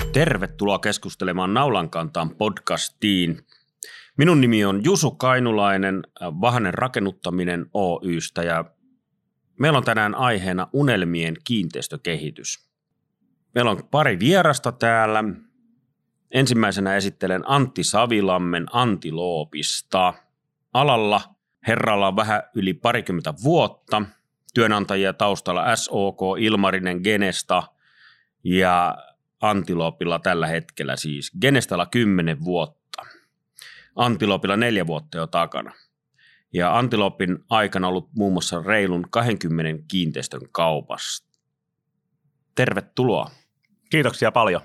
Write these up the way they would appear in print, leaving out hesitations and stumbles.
Tervetuloa keskustelemaan Naulankantaan podcastiin. Minun nimi on Jusu Kainulainen Vahanen Rakennuttaminen Oy:stä ja meillä on tänään aiheena unelmien kiinteistökehitys. Meillä on pari vierasta täällä. Ensimmäisenä esittelen Antti Savilammen Antiloopista. Alalla herralla on vähän yli 20 vuotta. Työnantajia taustalla SOK, Ilmarinen, Genesta ja Antiloopilla tällä hetkellä siis. Genestalla 10 vuotta. Antiloopilla 4 vuotta jo takana. Ja Antiloopin aikana ollut muun muassa reilun 20 kiinteistön kaupassa. Tervetuloa. Kiitoksia paljon.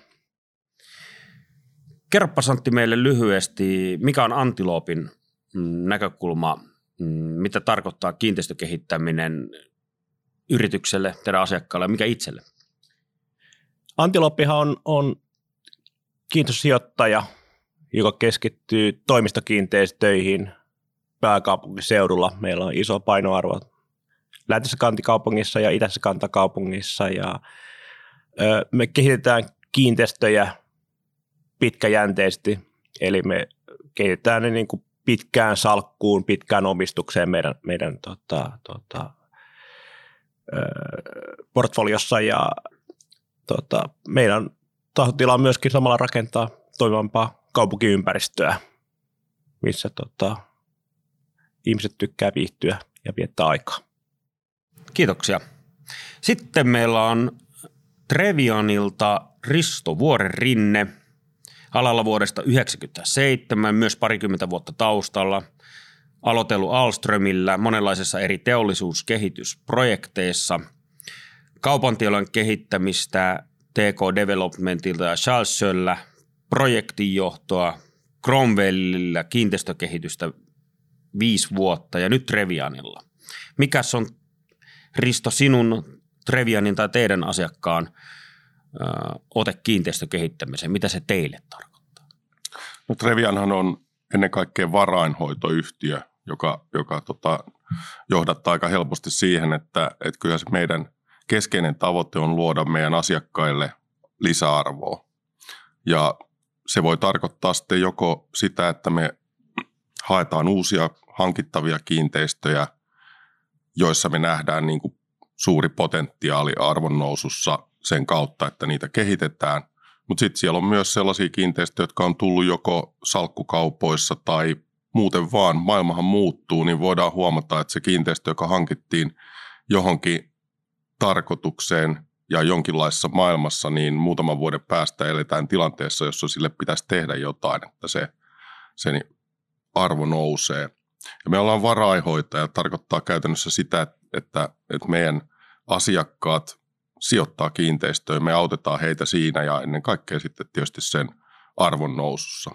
Kerropas Antti meille lyhyesti, mikä on Antiloopin näkökulma, mitä tarkoittaa kiinteistökehittäminen yritykselle, teidän asiakkaalle ja mikä itselle? Antilooppihan on kiinteistösijoittaja, joka keskittyy toimistokiinteistöihin pääkaupunkiseudulla. Meillä on iso painoarvo läntisessä kantakaupungissa ja itäisessä kantakaupungissa ja me kehitetään kiinteistöjä pitkäjänteisesti, eli me kehitetään ne niin kuin pitkään salkkuun, pitkään omistukseen meidän portfoliossa ja meidän tahtotila on myöskin samalla rakentaa toimivampaa kaupunkiympäristöä, missä ihmiset tykkää viihtyä ja viettää aikaa. Kiitoksia. Sitten meillä on Trevianilta Risto Vuorenrinne, alalla vuodesta 1997, myös parikymmentä vuotta taustalla, aloitellut Ahlströmillä monenlaisissa eri teollisuuskehitysprojekteissa, kaupantilojen kehittämistä TK Developmentilta ja Charlesöllä, projektinjohtoa, Cromwellillä kiinteistökehitystä 5 vuotta ja nyt Trevianilla. Mikäs on, Risto, sinun Trevianin tai teidän asiakkaan ote kiinteistökehittämiseen? Mitä se teille tarkoittaa? No, Trevianhan on ennen kaikkea varainhoitoyhtiö, joka johdattaa aika helposti siihen, että kyllä se meidän keskeinen tavoite on luoda meidän asiakkaille lisäarvoa. Ja se voi tarkoittaa sitten joko sitä, että me haetaan uusia hankittavia kiinteistöjä, joissa me nähdään niin kuin suuri potentiaali arvonnousussa sen kautta, että niitä kehitetään. Mutta sitten siellä on myös sellaisia kiinteistöjä, jotka on tullut joko salkkukaupoissa tai muuten vaan, maailmahan muuttuu, niin voidaan huomata, että se kiinteistö, joka hankittiin johonkin tarkoitukseen ja jonkinlaisessa maailmassa, niin muutaman vuoden päästä eletään tilanteessa, jossa sille pitäisi tehdä jotain, että se arvo nousee. Ja me ollaan varainhoitaja, tarkoittaa käytännössä sitä, että meidän asiakkaat sijoittaa kiinteistöön, me autetaan heitä siinä ja ennen kaikkea sitten tietysti sen arvon nousussa.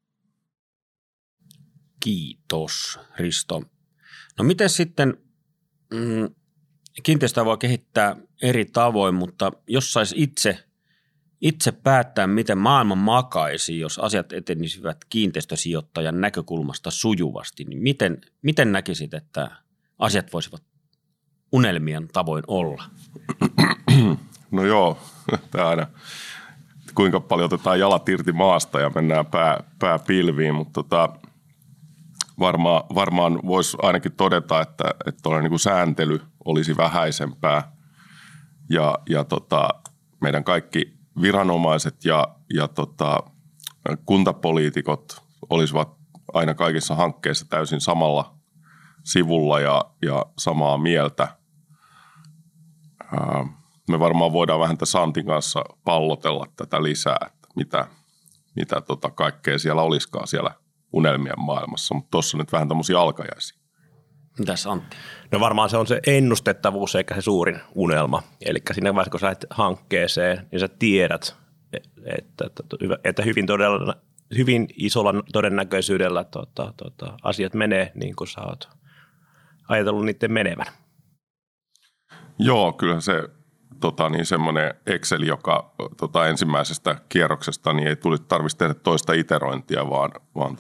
Kiitos, Risto. No miten sitten, kiinteistöä voi kehittää eri tavoin, mutta jos saisi itse päättää, miten maailma makaisi, jos asiat etenisivät kiinteistösijoittajan näkökulmasta sujuvasti, niin miten näkisit, että asiat voisivat unelmien tavoin olla? No joo, tämä aina, kuinka paljon otetaan jalat irti maasta ja mennään pää pilviin, mutta varmaan voisi ainakin todeta, että niin kuin sääntely olisi vähäisempää ja meidän kaikki viranomaiset ja kuntapoliitikot olisivat aina kaikissa hankkeissa täysin samalla sivulla ja samaa mieltä. Me varmaan voidaan vähän tässä Antin kanssa pallotella tätä lisää, että mitä kaikkea siellä olisikaan siellä unelmien maailmassa, mutta tuossa nyt vähän tämmöisiä alkajaisia. Mitäs Antti? No varmaan se on se ennustettavuus eikä se suurin unelma. Eli siinä vaiheessa, kun sä lähdet hankkeeseen, niin sä tiedät, että hyvin isolla todennäköisyydellä asiat menee niin kuin sä oot ajatellut niiden menevän. Joo, kyllä se semmoinen Excel, joka ensimmäisestä kierroksesta niin ei tarvitsisi tehdä toista iterointia, vaan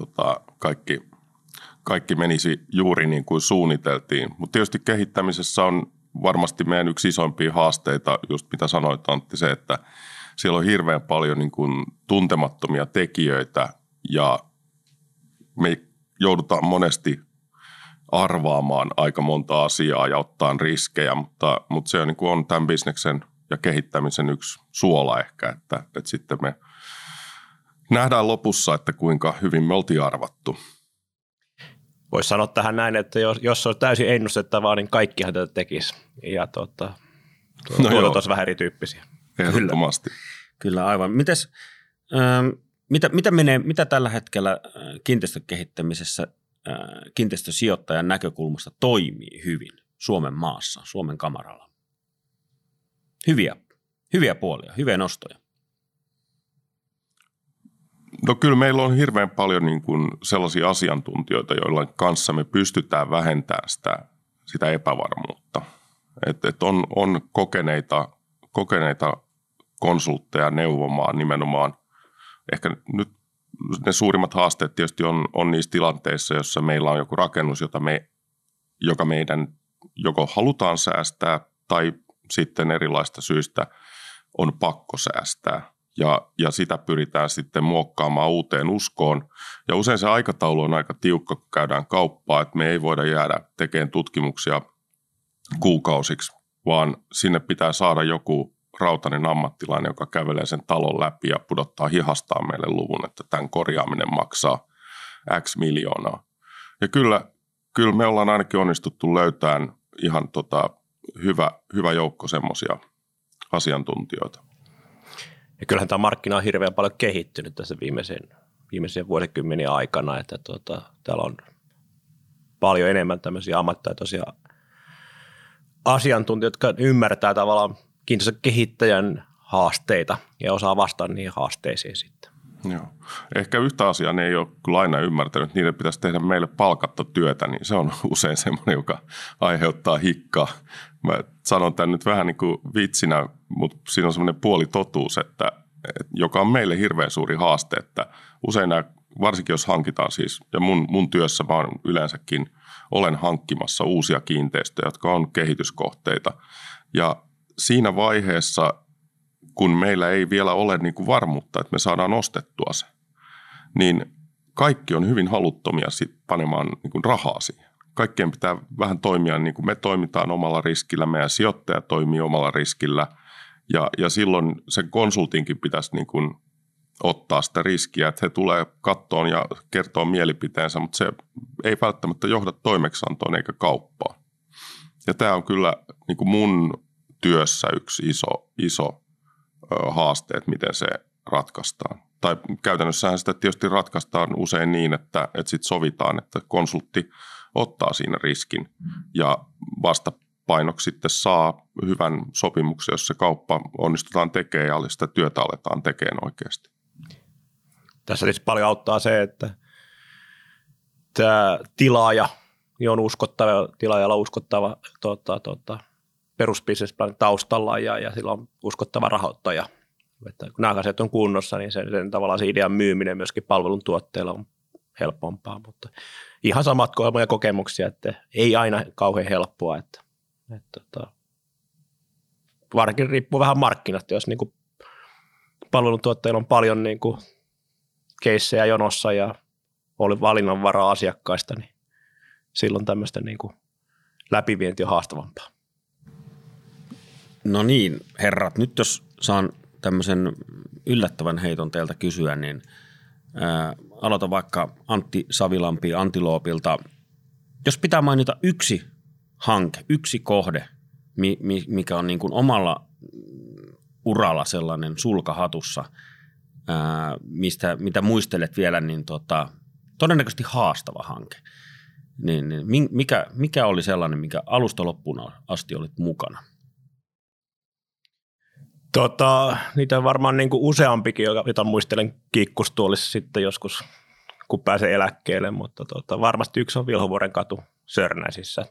kaikki menisi juuri niin kuin suunniteltiin. Mutta tietysti kehittämisessä on varmasti meidän yksi isoimpia haasteita, just mitä sanoit Antti, se, että siellä on hirveän paljon niin kuin tuntemattomia tekijöitä ja me joudutaan monesti arvaamaan aika monta asiaa ja ottaa riskejä, mutta se niin kuin on tämän bisneksen ja kehittämisen yksi suola ehkä, että sitten me nähdään lopussa, että kuinka hyvin me oltiin arvattu. Voisi sanoa tähän näin, että jos se on täysin ennustettavaa, niin kaikkihan tätä tekisi. Ja tuotot olisi vähän erityyppisiä. Ehdottomasti. Kyllä aivan. Mitä tällä hetkellä kiinteistökehittämisessä kiinteistösijoittajan näkökulmasta toimii hyvin Suomen maassa, Suomen kamaralla? Hyviä puolia, hyviä nostoja. No kyllä meillä on hirveän paljon niin kuin sellaisia asiantuntijoita, joilla kanssa me pystytään vähentämään sitä epävarmuutta. Et on kokeneita konsultteja neuvomaan nimenomaan. Ehkä nyt ne suurimmat haasteet tietysti on niissä tilanteissa, jossa meillä on joku rakennus, joka meidän joko halutaan säästää tai sitten erilaista syistä on pakko säästää. Ja sitä pyritään sitten muokkaamaan uuteen uskoon. Ja usein se aikataulu on aika tiukka, kun käydään kauppaa, että me ei voida jäädä tekemään tutkimuksia kuukausiksi, vaan sinne pitää saada joku rautainen ammattilainen, joka kävelee sen talon läpi ja pudottaa hihastaan meille luvun, että tämän korjaaminen maksaa X miljoonaa. Ja kyllä me ollaan ainakin onnistuttu löytämään ihan hyvä joukko semmoisia asiantuntijoita. Ja kyllähän tämä markkina on hirveän paljon kehittynyt tässä viimeisen vuosikymmenen aikana, että täällä on paljon enemmän tämmöisiä ammattitaitoisia asiantuntijoita, jotka ymmärtää tavallaan kiinteistökehittäjän haasteita ja osaa vastata niihin haasteisiin sitten. Joo. Ehkä yhtä asiaa ne ei ole kyllä aina ymmärtänyt, niiden pitäisi tehdä meille palkatta työtä, niin se on usein semmoinen, joka aiheuttaa hikkaa. Mä sanon tämän nyt vähän niin kuin vitsinä, mutta siinä on semmoinen puolitotuus, joka on meille hirveän suuri haaste, että usein varsinkin jos hankitaan siis, ja mun työssä mä yleensäkin olen hankkimassa uusia kiinteistöjä, jotka on kehityskohteita, ja siinä vaiheessa, kun meillä ei vielä ole niin kuin varmuutta, että me saadaan ostettua se, niin kaikki on hyvin haluttomia sit panemaan niin kuin rahaa siihen. Kaikkien pitää vähän toimia niin kuin me toimitaan omalla riskillä, meidän sijoittaja toimii omalla riskillä, ja silloin sen konsultinkin pitäisi niin kuin ottaa sitä riskiä, että he tulee kattoon ja kertoo mielipiteensä, mutta se ei välttämättä johda toimeksiantoon eikä kauppaan. Ja tämä on kyllä niin kuin mun työssä yksi iso haaste, että miten se ratkaistaan. Tai käytännössähän sitä tietysti ratkaistaan usein niin, että sitten sovitaan, että konsultti ottaa siinä riskin ja vastapainoksi sitten saa hyvän sopimuksen, jos se kauppa onnistutaan tekemään ja sitä työtä aletaan tekemään oikeasti. Tässä tietysti paljon auttaa se, että tämä tilaaja on uskottava, tilaajalla on uskottava perusbusinessplanin taustalla ja sillä on uskottava rahoittaja. Että kun nämä asiat on kunnossa, niin sen tavallaan se idean myyminen myöskin palvelun tuotteilla on helpompaa, mutta ihan samat kokemuksia, että ei aina kauhean helppoa, että varsinkin riippuu vähän markkinasta, jos niin kuin palvelun tuotteilla on paljon niin kuin keissejä jonossa ja oli valinnanvaraa asiakkaista, niin silloin tämmöistä niin kuin läpivienti on haastavampaa. No niin, herrat, nyt jos saan tämmöisen yllättävän heiton teiltä kysyä, niin aloita vaikka Antti Savilampi Antiloopilta. Jos pitää mainita yksi hanke, yksi kohde, mikä on niin kuin omalla uralla sellainen sulkahatussa, mitä muistelet vielä, niin todennäköisesti haastava hanke. Niin mikä oli sellainen, mikä alusta loppuun asti olit mukana? Niitä on varmaan niin kuin useampikin, jota muistelen kiikkustuolissa sitten joskus, kun pääsee eläkkeelle, mutta varmasti yksi on Vilhovuoren katu Sörnäisissä,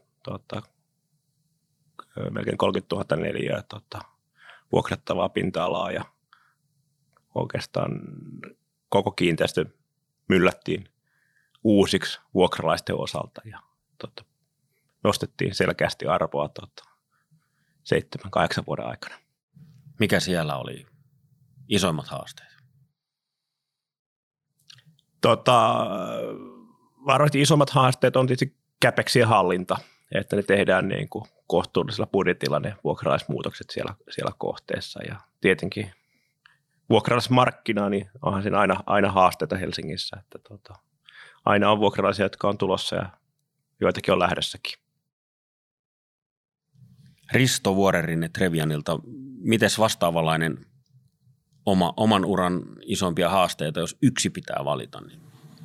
melkein 30 000 neliöä vuokrattavaa pinta-alaa ja oikeastaan koko kiinteistö myllättiin uusiksi vuokralaisten osalta ja nostettiin selkeästi arvoa 7-8 vuoden aikana. Mikä siellä oli isoimmat haasteet? Varmasti isommat haasteet on tietysti CapExien hallinta, että ne tehdään niin kuin kohtuullisella budjetilla ne vuokralaismuutokset siellä kohteessa. Ja tietenkin vuokralaismarkkina, niin onhan siinä aina haasteita Helsingissä, että aina on vuokralaisia, jotka on tulossa ja joitakin on lähdössäkin. Risto Vuorerinne Trevianilta, mites vastaavanlainen oman uran isompia haasteita, jos yksi pitää valita? Niin?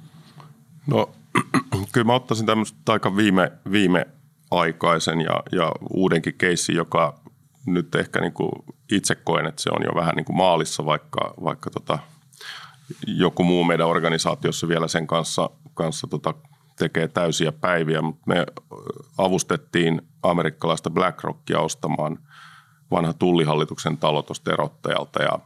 No kyllä mä ottaisin tämmöistä aika viimeaikaisen ja uudenkin keissin, joka nyt ehkä niin kuin itse koen, että se on jo vähän niin kuin maalissa, vaikka joku muu meidän organisaatiossa vielä sen kanssa tekee täysiä päiviä, mutta me avustettiin amerikkalaista BlackRockia ostamaan vanha tullihallituksen talo tuosta erottajalta ja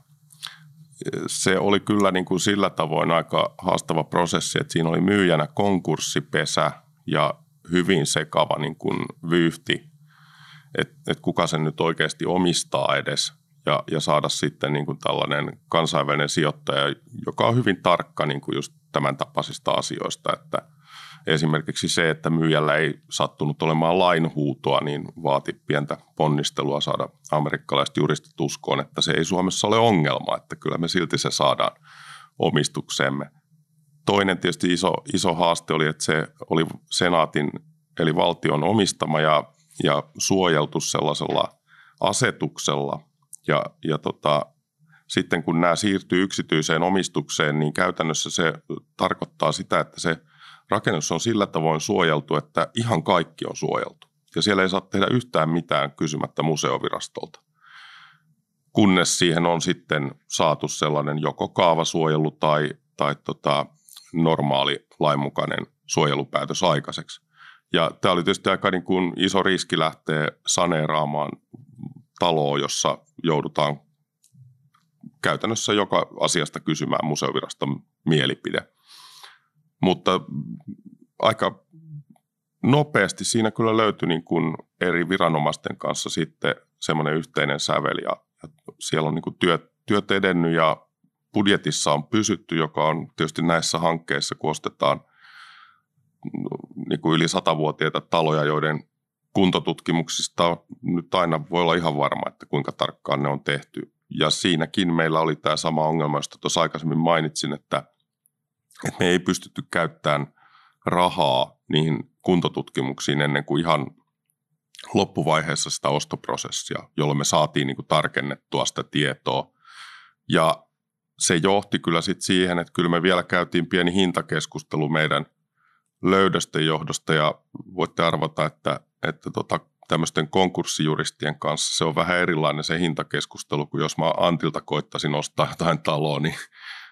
se oli kyllä niin kuin sillä tavoin aika haastava prosessi, että siinä oli myyjänä konkurssipesä ja hyvin sekava niin kuin vyyhti, että kuka sen nyt oikeasti omistaa edes ja saada sitten niin kuin tällainen kansainvälinen sijoittaja, joka on hyvin tarkka niin kuin just tämän tapaisista asioista, että esimerkiksi se, että myyjällä ei sattunut olemaan lainhuutoa, niin vaati pientä ponnistelua saada amerikkalaiset juristit uskoon, että se ei Suomessa ole ongelma, että kyllä me silti se saadaan omistukseemme. Toinen tietysti iso haaste oli, että se oli senaatin eli valtion omistama ja suojeltu sellaisella asetuksella ja sitten kun nämä siirtyy yksityiseen omistukseen, niin käytännössä se tarkoittaa sitä, että se rakennus on sillä tavoin suojeltu, että ihan kaikki on suojeltu. Ja siellä ei saa tehdä yhtään mitään kysymättä museovirastolta. Kunnes siihen on sitten saatu sellainen joko kaavasuojelu tai normaali lainmukainen suojelupäätös aikaiseksi. Ja tämä oli tietysti aika niin kuin iso riski lähteä saneeraamaan taloa, jossa joudutaan käytännössä joka asiasta kysymään museoviraston mielipide. Mutta aika nopeasti siinä kyllä löytyi niin kuin eri viranomaisten kanssa sitten semmoinen yhteinen sävel ja siellä on niin kuin työt edennyt ja budjetissa on pysytty, joka on tietysti näissä hankkeissa, kun ostetaan niin kuin yli 100-vuotiaita taloja, joiden kuntotutkimuksista nyt aina voi olla ihan varma, että kuinka tarkkaan ne on tehty. Ja siinäkin meillä oli tämä sama ongelma, josta tuossa aikaisemmin mainitsin, että me ei pystytty käyttämään rahaa niihin kuntotutkimuksiin ennen kuin ihan loppuvaiheessa sitä ostoprosessia, jolloin me saatiin niin kuin tarkennettua sitä tietoa. Ja se johti kyllä sitten siihen, että kyllä me vielä käytiin pieni hintakeskustelu meidän löydösten johdosta ja voitte arvata, että tämmöisten konkurssijuristien kanssa se on vähän erilainen se hintakeskustelu, kuin jos mä Antilta koittaisin ostaa jotain taloa, niin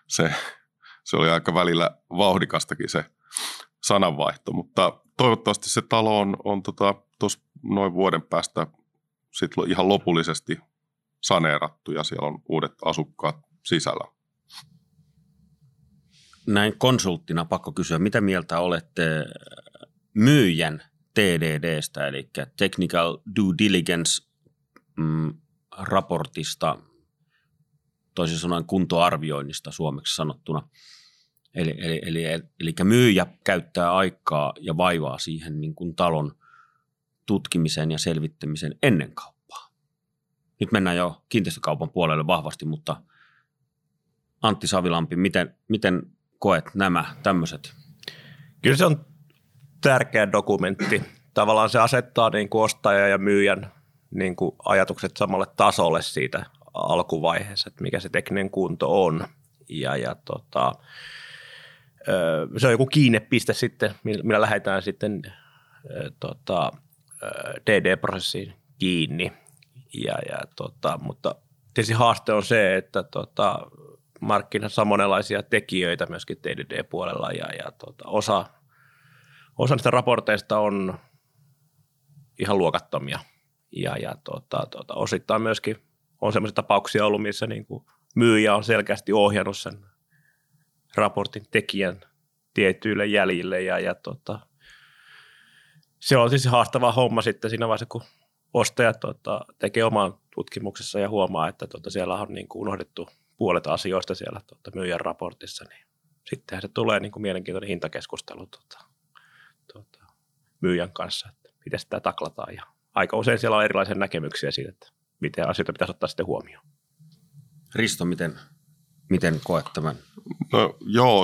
se oli aika välillä vauhdikastakin se sananvaihto, mutta toivottavasti se talo on tuossa noin vuoden päästä sit ihan lopullisesti saneerattu ja siellä on uudet asukkaat sisällä. Näin konsulttina pakko kysyä, mitä mieltä olette myyjän TDDstä, eli Technical Due Diligence raportista, toisin sanoen kuntoarvioinnista suomeksi sanottuna. Eli myyjä käyttää aikaa ja vaivaa siihen niin kuin talon tutkimiseen ja selvittämiseen ennen kauppaa. Nyt mennään jo kiinteistökaupan puolelle vahvasti, mutta Antti Savilampi, miten koet nämä tämmöiset? Kyllä se on tärkeä dokumentti. Tavallaan se asettaa niin kuin ostaja ja myyjän niin kuin ajatukset samalle tasolle siitä alkuvaiheessa, että mikä se tekninen kunto on. Se on joku kiinnepiste sitten, millä lähdetään sitten DD-prosessiin kiinni. Mutta tietysti haaste on se, että markkinassa on monenlaisia tekijöitä myöskin DD-puolella ja osa niistä raporteista on ihan luokattomia ja osittain myöskin on sellaisia tapauksia ollut, missä niin kuin myyjä on selkeästi ohjannut sen raportin tekijän tietyille jäljille ja se on siis haastava homma sitten siinä vaiheessa, kun ostajat tekee oman tutkimuksessa ja huomaa, että siellä on niin kuin unohdettu puolet asioista siellä myyjän raportissa, niin sittenhän se tulee niin kuin mielenkiintoinen hintakeskustelu myyjän kanssa, että miten sitä taklataan. Ja aika usein siellä on erilaisia näkemyksiä siitä, että miten asioita pitäisi ottaa sitten huomioon. Risto, miten koet tämän? No joo,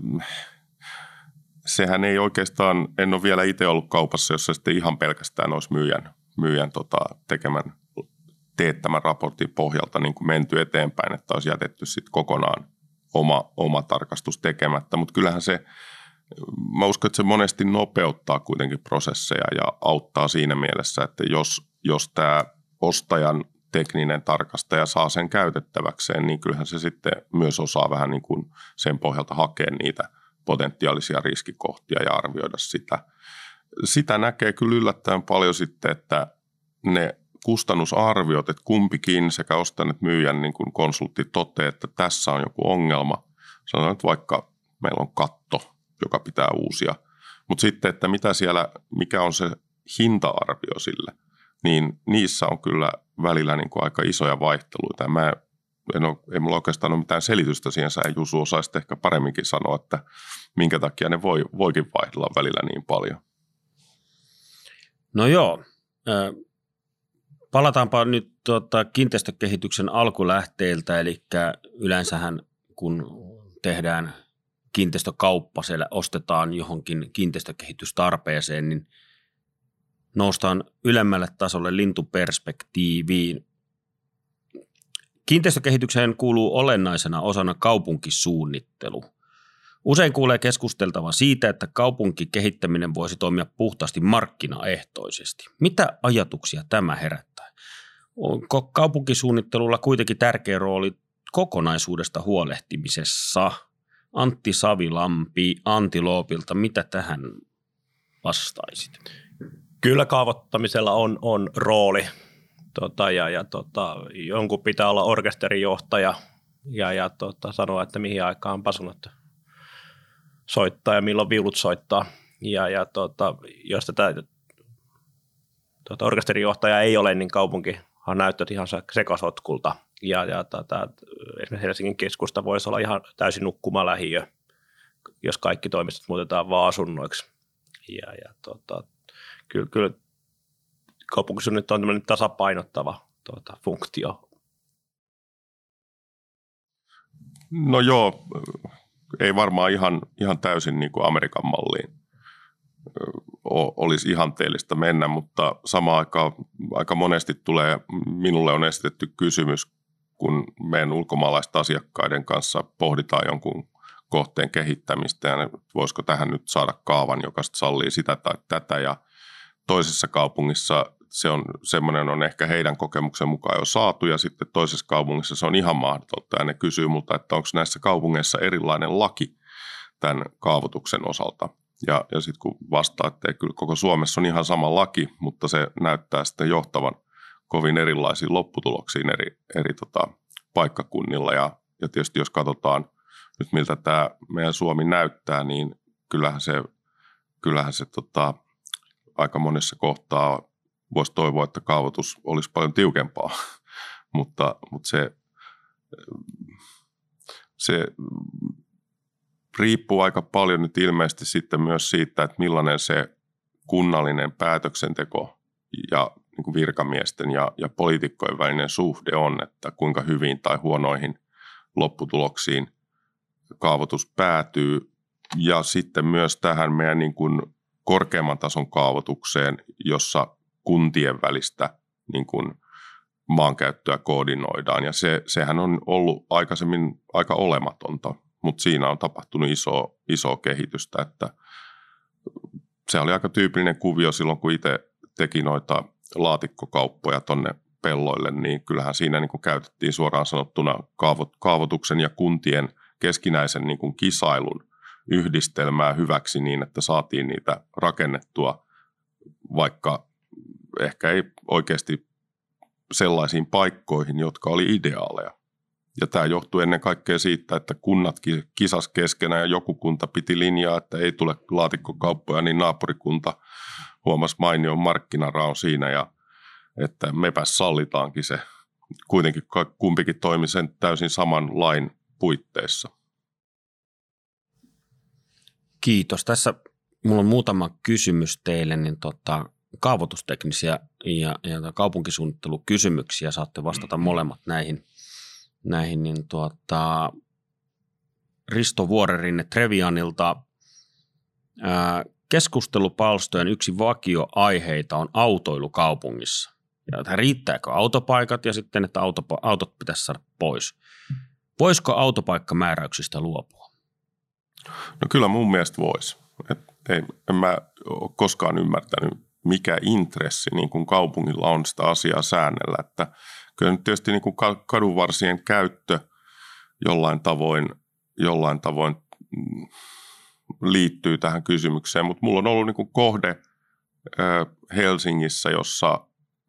sehän ei oikeastaan, en ole vielä itse ollut kaupassa, jossa sitten ihan pelkästään olisi myyjän teettämän raportin pohjalta niin kuin menty eteenpäin, että olisi jätetty sitten kokonaan oma tarkastus tekemättä, mutta kyllähän mä uskon, että se monesti nopeuttaa kuitenkin prosesseja ja auttaa siinä mielessä, että jos tämä ostajan tekninen tarkastaja saa sen käytettäväkseen, niin kyllähän se sitten myös osaa vähän niin kuin sen pohjalta hakea niitä potentiaalisia riskikohtia ja arvioida sitä. Sitä näkee kyllä yllättäen paljon sitten, että ne kustannusarviot, että kumpikin sekä ostajan että myyjän niin kuin konsultti toteaa, että tässä on joku ongelma. Sanotaan nyt vaikka meillä on katto, joka pitää uusia, mutta sitten, että mikä on se hinta-arvio sille, niin niissä on kyllä välillä niin kuin aika isoja vaihteluita. Ei mulla oikeastaan ole mitään selitystä siihen, sä Jusu osaisit ehkä paremminkin sanoa, että minkä takia ne voikin vaihdella välillä niin paljon. No joo, palataanpa nyt kiinteistökehityksen alkulähteiltä, eli yleensähän kun tehdään kiinteistökauppa, siellä ostetaan johonkin kiinteistökehitystarpeeseen, niin noustaan ylemmälle tasolle lintuperspektiiviin. Kiinteistökehitykseen kuuluu olennaisena osana kaupunkisuunnittelu. Usein kuulee keskusteltavan siitä, että kaupunkikehittäminen voisi toimia puhtaasti markkinaehtoisesti. Mitä ajatuksia tämä herättää? Onko kaupunkisuunnittelulla kuitenkin tärkeä rooli kokonaisuudesta huolehtimisessa? Antti Savilampi Antiloopilta, mitä tähän vastaisit? Kyllä kaavoittamisella on rooli jonkun pitää olla orkesterijohtaja ja sanoa, että mihin aikaan pasunat soittaa ja milloin viulut soittaa. Jos tätä orkesterijohtajaa ei ole, niin kaupunkihan näyttää ihan sekasotkulta. Esimerkiksi Helsingin keskusta voisi olla ihan täysin nukkumalähiö, jos kaikki toimistot muutetaan vaan asunnoiksi. Kyllä kaupunkisuunnitelma on tämmöinen tasapainottava funktio. No joo, ei varmaan ihan täysin niin kuin Amerikan malliin olisi ihanteellista mennä, mutta samaan aikaan aika monesti minulle on esitetty kysymys, kun meidän ulkomaalaisten asiakkaiden kanssa pohditaan jonkun kohteen kehittämistä ja voisiko tähän nyt saada kaavan, joka sallii sitä tai tätä, ja toisessa kaupungissa semmoinen on ehkä heidän kokemuksen mukaan jo saatu, ja sitten toisessa kaupungissa se on ihan mahdotonta, ja ne kysyy multa, että onko näissä kaupungeissa erilainen laki tämän kaavoituksen osalta. Ja sitten kun vastaa, että kyllä koko Suomessa on ihan sama laki, mutta se näyttää sitten johtavan kovin erilaisiin lopputuloksiin eri paikkakunnilla. Ja tietysti jos katsotaan nyt miltä tämä meidän Suomi näyttää, niin kyllähän se aika monessa kohtaa voisi toivoa, että kaavoitus olisi paljon tiukempaa, mutta se riippuu aika paljon nyt ilmeisesti sitten myös siitä, että millainen se kunnallinen päätöksenteko ja niin kuin virkamiesten ja poliitikkojen välinen suhde on, että kuinka hyvin tai huonoihin lopputuloksiin kaavoitus päätyy. Ja sitten myös tähän meidän niin kuin korkeamman tason kaavoitukseen, jossa kuntien välistä niin kuin maankäyttöä koordinoidaan. Ja sehän on ollut aikaisemmin aika olematonta, mutta siinä on tapahtunut isoa kehitystä. Että se oli aika tyypillinen kuvio silloin, kun itse teki noita laatikkokauppoja tonne pelloille, niin kyllähän siinä niin kuin käytettiin suoraan sanottuna kaavoituksen ja kuntien keskinäisen niin kuin kisailun yhdistelmää hyväksi niin, että saatiin niitä rakennettua, vaikka ehkä ei oikeasti sellaisiin paikkoihin, jotka oli ideaaleja. Ja tämä johtui ennen kaikkea siitä, että kunnatkin kisas keskenään ja joku kunta piti linjaa, että ei tule laatikkokauppoja, niin naapurikunta huomasi mainion markkinaraon siinä ja että mepäs sallitaankin se kuitenkin kumpikin toimi sen täysin saman lain puitteissa. Kiitos. Tässä mulla on muutama kysymys teille, niin kaavoitusteknisiä ja kaupunkisuunnittelukysymyksiä. Saatte vastata molemmat näihin niin Risto Vuorerinne Trevianilta. Keskustelupalstojen yksi vakioaiheita on autoilu kaupungissa. Ja riittääkö autopaikat ja sitten, että autot pitäisi saada pois. Voisiko autopaikkamääräyksistä luopua? No kyllä mun mielestä voisi. En mä ole koskaan ymmärtänyt, mikä intressi niin kuin kaupungilla on sitä asiaa säännellä. Että kyllä nyt tietysti niin kuin kadunvarsien käyttö jollain tavoin liittyy tähän kysymykseen, mutta mulla on ollut niin kuin kohde Helsingissä, jossa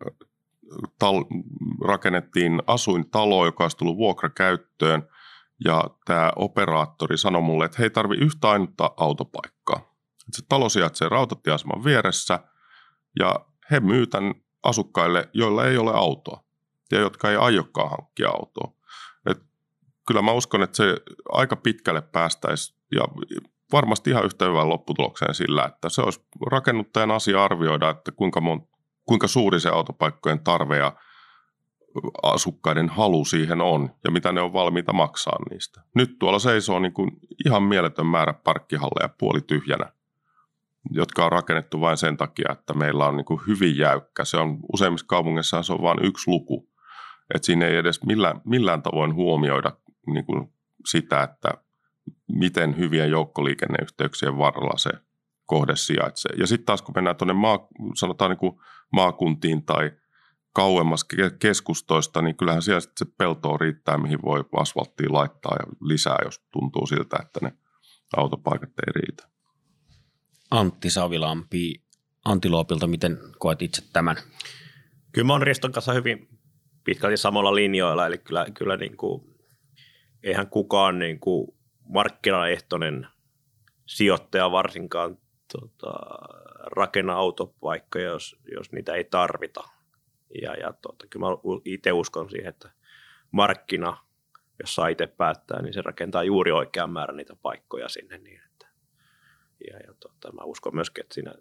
rakennettiin asuintalo, joka olisi tullut vuokrakäyttöön, ja tämä operaattori sanoi mulle, että he ei tarvitse yhtä ainutta autopaikkaa. Se talo sijaitsee rautatieaseman vieressä, ja he myy tämän asukkaille, joilla ei ole autoa, ja jotka ei aiokaan hankkia autoa. Et kyllä mä uskon, että se aika pitkälle päästäisiin, ja varmasti ihan yhtä hyvän lopputulokseen sillä, että se olisi rakennuttajan asia arvioida, että kuinka suuri se autopaikkojen tarve ja asukkaiden halu siihen on ja mitä ne on valmiita maksaa niistä. Nyt tuolla seisoo niin kuin ihan mieletön määrä parkkihalleja puolityhjänä, jotka on rakennettu vain sen takia, että meillä on niin kuin hyvin jäykkä. Se on useimmissa kaupungeissa se on vain yksi luku, että siinä ei edes millään tavoin huomioida niin kuin sitä, että miten hyvien joukkoliikenneyhteyksien varrella se kohde sijaitsee. Ja sitten taas kun mennään tuonne sanotaan niin kuin maakuntiin tai kauemmas keskustoista, niin kyllähän siellä sitten se peltoa riittää, mihin voi asfalttia laittaa ja lisää, jos tuntuu siltä, että ne autopaikat ei riitä. Antti Savilampi Antiloopilta, miten koet itse tämän? Kyllä mä oon Riston kanssa hyvin pitkälti samalla linjoilla, eli kyllä niin kuin, eihän kukaan niin kuin markkinaehtoinen sijoittaja varsinkaan rakenna autopaikkoja, jos niitä ei tarvita. Kyllä mä itse uskon siihen, että markkina, jos saa itse päättää, niin se rakentaa juuri oikean määrän niitä paikkoja sinne. Niin että, mä uskon myöskin, että siinä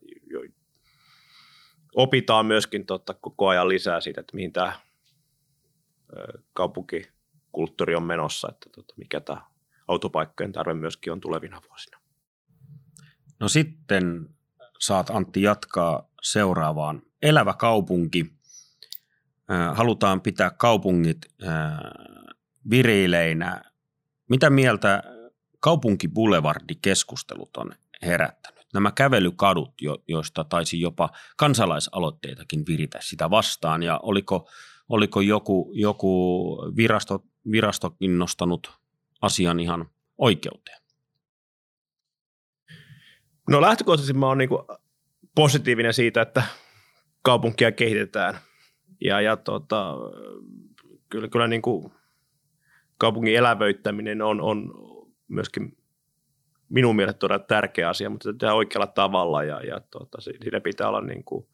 opitaan myöskin koko ajan lisää siitä, että mihin tämä kaupunkikulttuuri on menossa, että mikä tämä autopaikkojen tarve myöskin on tulevina vuosina. No sitten saat Antti jatkaa seuraavaan. Elävä kaupunki. Halutaan pitää kaupungit viriileinä. Mitä mieltä kaupunkibulevardikeskustelut on herättänyt? Nämä kävelykadut, joista taisi jopa kansalaisaloitteitakin viritä sitä vastaan. Ja oliko joku virastokin nostanut asian ihan oikeuteen? No lähtökohtaisesti mä oon niinku positiivinen siitä, että kaupunkia kehitetään. Kyllä niin kuin kaupungin elävöittäminen on myöskin minun mielestä todella tärkeä asia, mutta se tehdään oikealla tavalla siinä pitää olla niin kuin,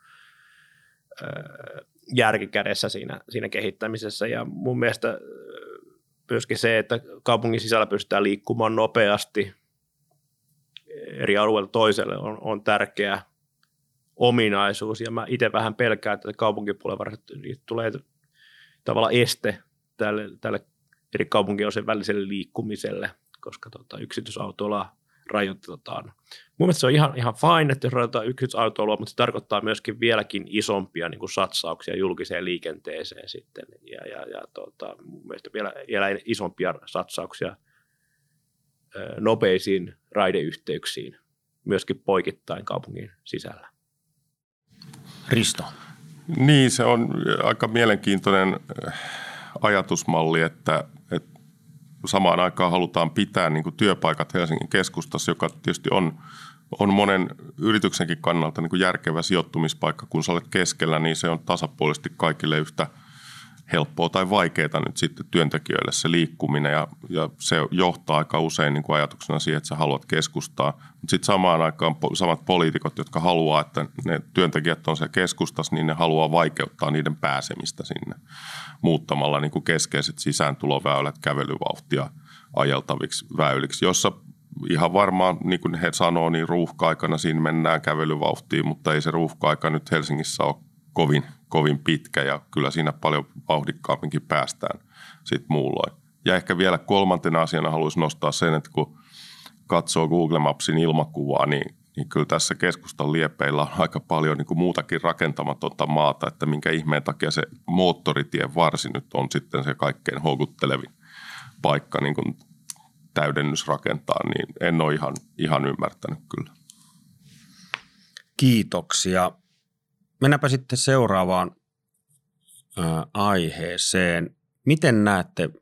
järki kädessä siinä kehittämisessä. Ja mun mielestä myöskin se, että kaupungin sisällä pystytään liikkumaan nopeasti eri alueelta toiselle on tärkeä ominaisuus, ja mä itse vähän pelkään, että kaupunkipuolella tulee tavallaan este tälle eri kaupunkiosien väliselle liikkumiselle, koska yksityisautoilla rajoitetaan. Mun mielestä se on ihan fine, että jos rajoitetaan yksityisautoilua, mutta se tarkoittaa myöskin vieläkin isompia niin kuin satsauksia julkiseen liikenteeseen sitten, mun mielestä vielä isompia satsauksia nopeisiin raideyhteyksiin, myöskin poikittain kaupungin sisällä. Risto. Niin, se on aika mielenkiintoinen ajatusmalli, että samaan aikaan halutaan pitää niin kuin työpaikat Helsingin keskustassa, joka tietysti on monen yrityksenkin kannalta niin kuin järkevä sijoittumispaikka. Kun sä olet keskellä, niin se on tasapuolisesti kaikille yhtä helppoa tai vaikeaa nyt sitten työntekijöille se liikkuminen ja se johtaa aika usein niin kuin ajatuksena siihen, että sä haluat keskustaa. Mutta sitten samaan aikaan samat poliitikot, jotka haluaa, että ne työntekijät on siellä keskustassa, niin ne haluaa vaikeuttaa niiden pääsemistä sinne muuttamalla niin kuin keskeiset sisääntuloväylät kävelyvauhtia ajeltaviksi väyliksi, jossa ihan varmaan, niin kuin he sanoo, niin ruuhka-aikana siinä mennään kävelyvauhtiin, mutta ei se ruuhka-aika nyt Helsingissä ole kovin pitkä ja kyllä siinä paljon vauhdikkaamminkin päästään sitten muulloin. Ja ehkä vielä kolmantena asiana haluaisin nostaa sen, että kun katsoo Google Mapsin ilmakuvaa, niin kyllä tässä keskustan liepeillä on aika paljon niin kuin muutakin rakentamatonta maata, että minkä ihmeen takia se moottoritien varsi nyt on sitten se kaikkein houkuttelevin paikka niin kuin täydennys rakentaa, niin en ole ihan ymmärtänyt kyllä. Kiitoksia. Mennäänpä sitten seuraavaan aiheeseen. Miten näette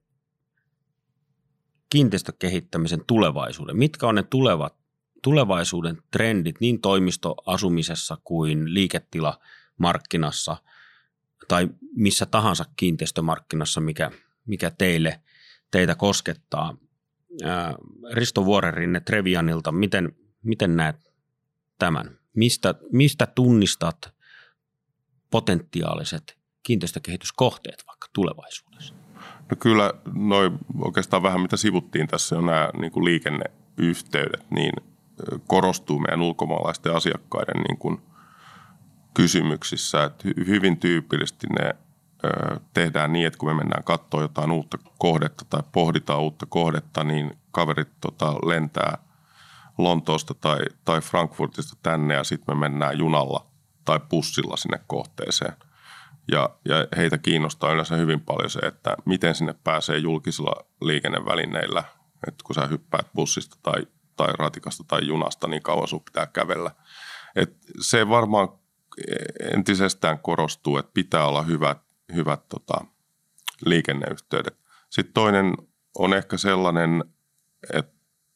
kiinteistökehittämisen tulevaisuuden? Mitkä on ne tulevaisuuden trendit niin toimistoasumisessa kuin liiketilamarkkinassa tai missä tahansa kiinteistömarkkinassa, mikä teitä koskettaa? Risto Vuorenrinne Trevianilta, miten näet tämän? Mistä tunnistat potentiaaliset kiinteistökehityskohteet vaikka tulevaisuudessa? No kyllä oikeastaan vähän mitä sivuttiin tässä on nämä niin kuin liikenneyhteydet, niin korostuu meidän ulkomaalaisten asiakkaiden niin kuin kysymyksissä, että hyvin tyypillisesti ne tehdään niin, että kun me mennään katsoa jotain uutta kohdetta tai pohditaan uutta kohdetta, niin kaverit lentää Lontoosta tai Frankfurtista tänne ja sitten me mennään junalla tai bussilla sinne kohteeseen. Ja heitä kiinnostaa yleensä hyvin paljon se, että miten sinne pääsee julkisilla liikennevälineillä, että kun sä hyppäät bussista tai ratikasta tai junasta, niin kauan sun pitää kävellä. Et se varmaan entisestään korostuu, että pitää olla hyvät liikenneyhteydet. Sitten toinen on ehkä sellainen, että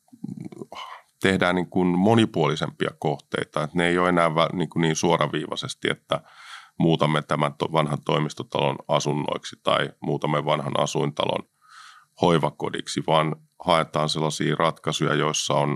tehdään niin kuin monipuolisempia kohteita. Että ne ei ole enää niin suoraviivaisesti, että muutamme tämän vanhan toimistotalon asunnoiksi tai muutamme vanhan asuintalon hoivakodiksi, vaan haetaan sellaisia ratkaisuja, joissa on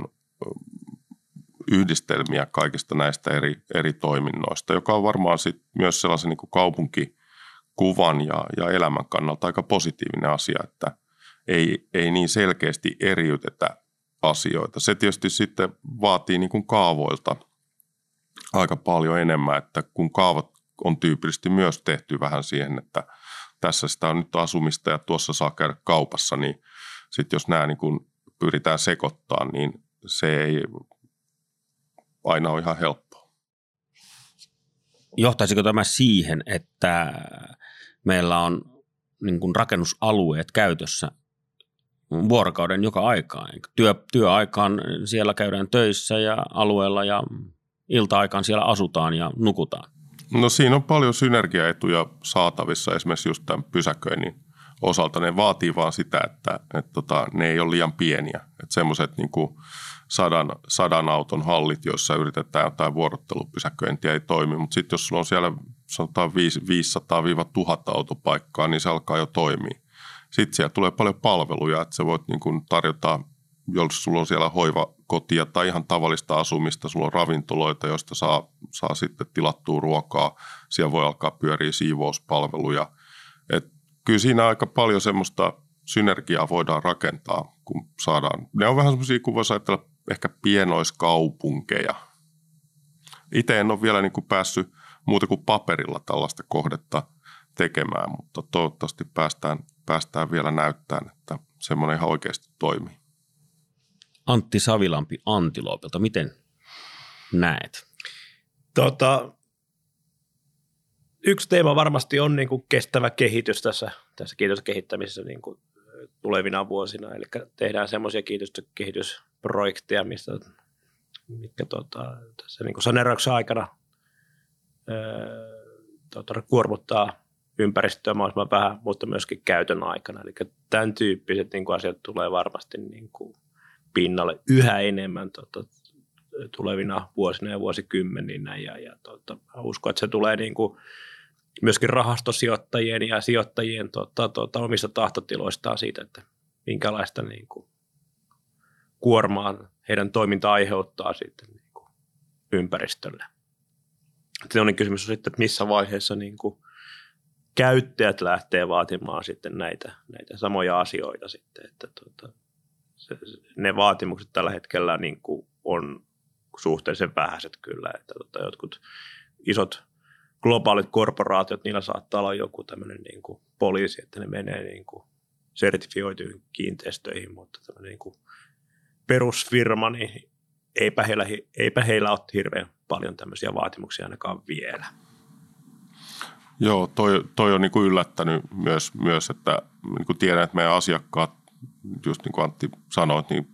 yhdistelmiä kaikista näistä eri toiminnoista, joka on varmaan sit myös sellaisen niin kuin kaupunkikuvan ja elämän kannalta aika positiivinen asia, että ei niin selkeästi eriytetä asioita. Se tietysti sitten vaatii niin kuin kaavoilta aika paljon enemmän, että kun kaavat on tyypillisesti myös tehty vähän siihen, että tässä sitä on nyt asumista ja tuossa saa käydä kaupassa, niin sitten jos nämä niin kuin pyritään sekoittamaan, niin se ei aina ole ihan helppoa. Johtaisiko tämä siihen, että meillä on niin kuin rakennusalueet käytössä vuorokauden joka aikaan? Työaikaan siellä käydään töissä ja alueella ja ilta-aikaan siellä asutaan ja nukutaan. No siinä on paljon synergiaetuja saatavissa esimerkiksi just tämän pysäköinnin osalta. Ne vaatii vaan sitä, että ne ei ole liian pieniä. Että semmoiset niin kuin 100 auton hallit, joissa yritetään jotain vuorottelupysäköintiä, ei toimi. Mutta sitten jos sulla on siellä sanotaan 500-1000 autopaikkaa, niin se alkaa jo toimia. Sitten siellä tulee paljon palveluja, että sä voit niin kuin tarjota, jos sulla on siellä hoivakotia tai ihan tavallista asumista, sulla on ravintoloita, joista saa sitten tilattua ruokaa. Siellä voi alkaa pyöriä siivouspalveluja. Et kyllä siinä aika paljon semmoista synergiaa voidaan rakentaa, kun saadaan. Ne on vähän semmoisia, kun voisi ajatella ehkä pienoiskaupunkeja. Itse en ole vielä niin kuin päässyt muuta kuin paperilla tällaista kohdetta tekemään, mutta toivottavasti päästään vielä näyttämään, että semmoinen ihan oikeasti toimii. Antti Savilampi Antiloopilta, miten näet? Yksi teema varmasti on niin kuin kestävä kehitys tässä kiinteistökehittämisessä niin kuin tulevina vuosina. Eli tehdään semmoisia kiinteistökehitysprojekteja, mitkä tässä niin kuin saneerauksen aikana kuormuttaa ympäristöä mahdollisimman vähän, mutta myöskin käytön aikana. Eli tämän tyyppiset niin kuin asiat tulee varmasti niin kuin pinnalle yhä enemmän tulevina vuosina ja vuosikymmeninä. Ja uskon, että se tulee niin kuin myöskin rahastosijoittajien ja sijoittajien omista tahtotiloistaan siitä, että minkälaista niin kuin kuormaa heidän toiminta aiheuttaa sitten niin kuin ympäristölle. Sellainen kysymys on sitten, että missä vaiheessa niin kuin käyttäjät lähtee vaatimaan sitten näitä samoja asioita sitten, että ne vaatimukset tällä hetkellä niin kuin on suhteellisen vähäiset kyllä, että jotkut isot globaalit korporaatiot, niillä saattaa olla joku tämmöinen niin kuin poliisi, että ne menee niin kuin sertifioituihin kiinteistöihin, mutta tämmöinen niin kuin perusfirma, niin eipä heillä ole hirveän paljon tämmöisiä vaatimuksia ainakaan vielä. Joo, toi on niin kuin yllättänyt myös, että niin kuin tiedän, että meidän asiakkaat, just niin kuin Antti sanoi, niin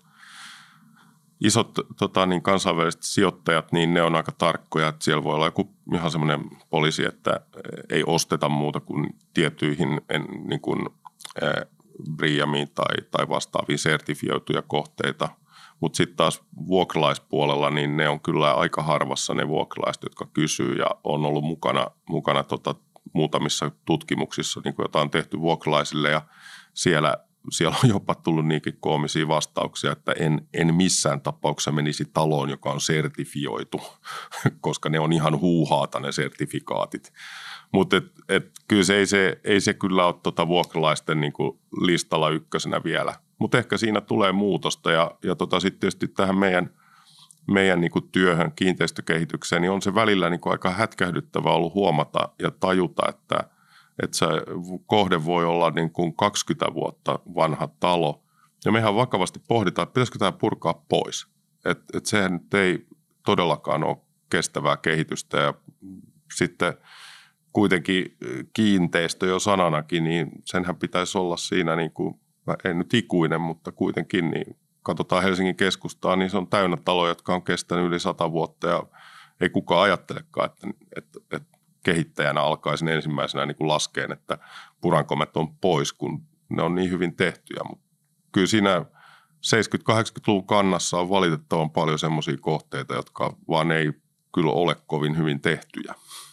isot niin kansainväliset sijoittajat, niin ne on aika tarkkoja, että siellä voi olla joku ihan semmoinen poliisi, että ei osteta muuta kuin tiettyihin niin kuin BREEAMiin tai vastaaviin sertifioituja kohteita. Mutta sitten taas vuokralaispuolella, niin ne on kyllä aika harvassa ne vuokralaiset, jotka kysyy ja on ollut mukana muutamissa tutkimuksissa, niin kuin jota on tehty vuokralaisille ja siellä on jopa tullut niinkin koomisia vastauksia, että en missään tapauksessa menisi taloon, joka on sertifioitu, koska ne on ihan huuhaata ne sertifikaatit. Mutta kyllä ei se kyllä ole vuokralaisten niin kuin listalla ykkösenä vielä. Mutta ehkä siinä tulee muutosta ja sitten tietysti tähän meidän niin kuin työhön, kiinteistökehitykseen, niin on se välillä niin kuin aika hätkähdyttävää ollut huomata ja tajuta, että se kohde voi olla niin kuin 20 vuotta vanha talo. Ja mehän vakavasti pohditaan, että pitäisikö tämä purkaa pois. Että sehän nyt ei todellakaan ole kestävää kehitystä. Ja sitten kuitenkin kiinteistö jo sananakin, niin senhän pitäisi olla siinä, niin kuin, ei nyt ikuinen, mutta kuitenkin, niin katsotaan Helsingin keskustaa, niin se on täynnä taloja, jotka on kestänyt yli 100 vuotta. Ja ei kukaan ajattelekaan, että kehittäjänä alkaisin ensimmäisenä niin kuin laskeen, että purankomet on pois, kun ne on niin hyvin tehtyjä. Mutta kyllä siinä 70-80-luvun kannassa on valitettavan paljon semmoisia kohteita, jotka vaan ei kyllä ole kovin hyvin tehtyjä.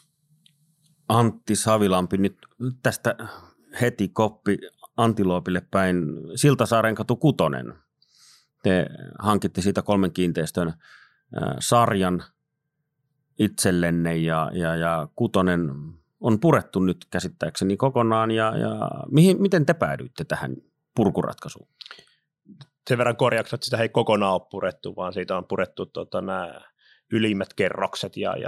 Antti Savilampi, nyt tästä heti koppi Antiloopille päin. Siltasaaren katu 6. Te hankitte siitä 3 kiinteistön sarjan itsellenne ja 6 on purettu nyt käsittääkseni kokonaan ja miten te päädyitte tähän purkuratkaisuun? Sen verran korjaukset, että sitä ei kokonaan ole purettu, vaan siitä on purettu nämä ylimmät kerrokset ja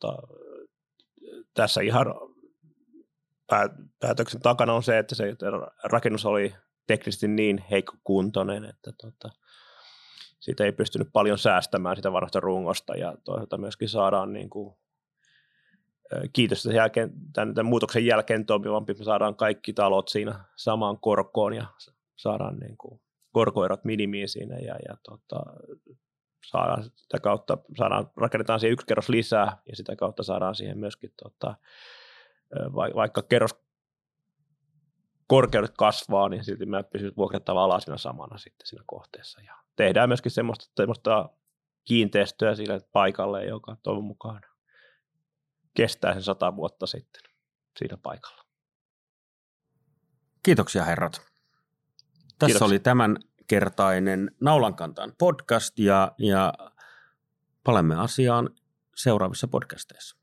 tässä ihan päätöksen takana on se, että se rakennus oli teknisesti niin heikkokuntoinen, että siitä ei pystynyt paljon säästämään sitä vanhasta rungosta ja toisaalta myöskin saadaan niin kuin kiinteistön jälkeen, tämän muutoksen jälkeen toimivampi, me saadaan kaikki talot siinä samaan korkoon ja saadaan niin kuin korkoerot minimiin siinä ja saadaan sitä kautta rakennetaan siihen 1 kerros lisää ja sitä kautta saadaan siihen myöskin vaikka kerroskorkeudet kasvaa, niin silti me pysyy vuokrattava ala siinä samana sitten siinä kohteessa. Ja tehdään myöskin semmoista kiinteistöä sille paikalle, joka toivon mukaan kestää sen 100 vuotta sitten siinä paikalla. Kiitoksia herrat. Tässä Kiitoksia. oli tämänkertainen Naulankantaan podcast ja palaamme asiaan seuraavissa podcasteissa.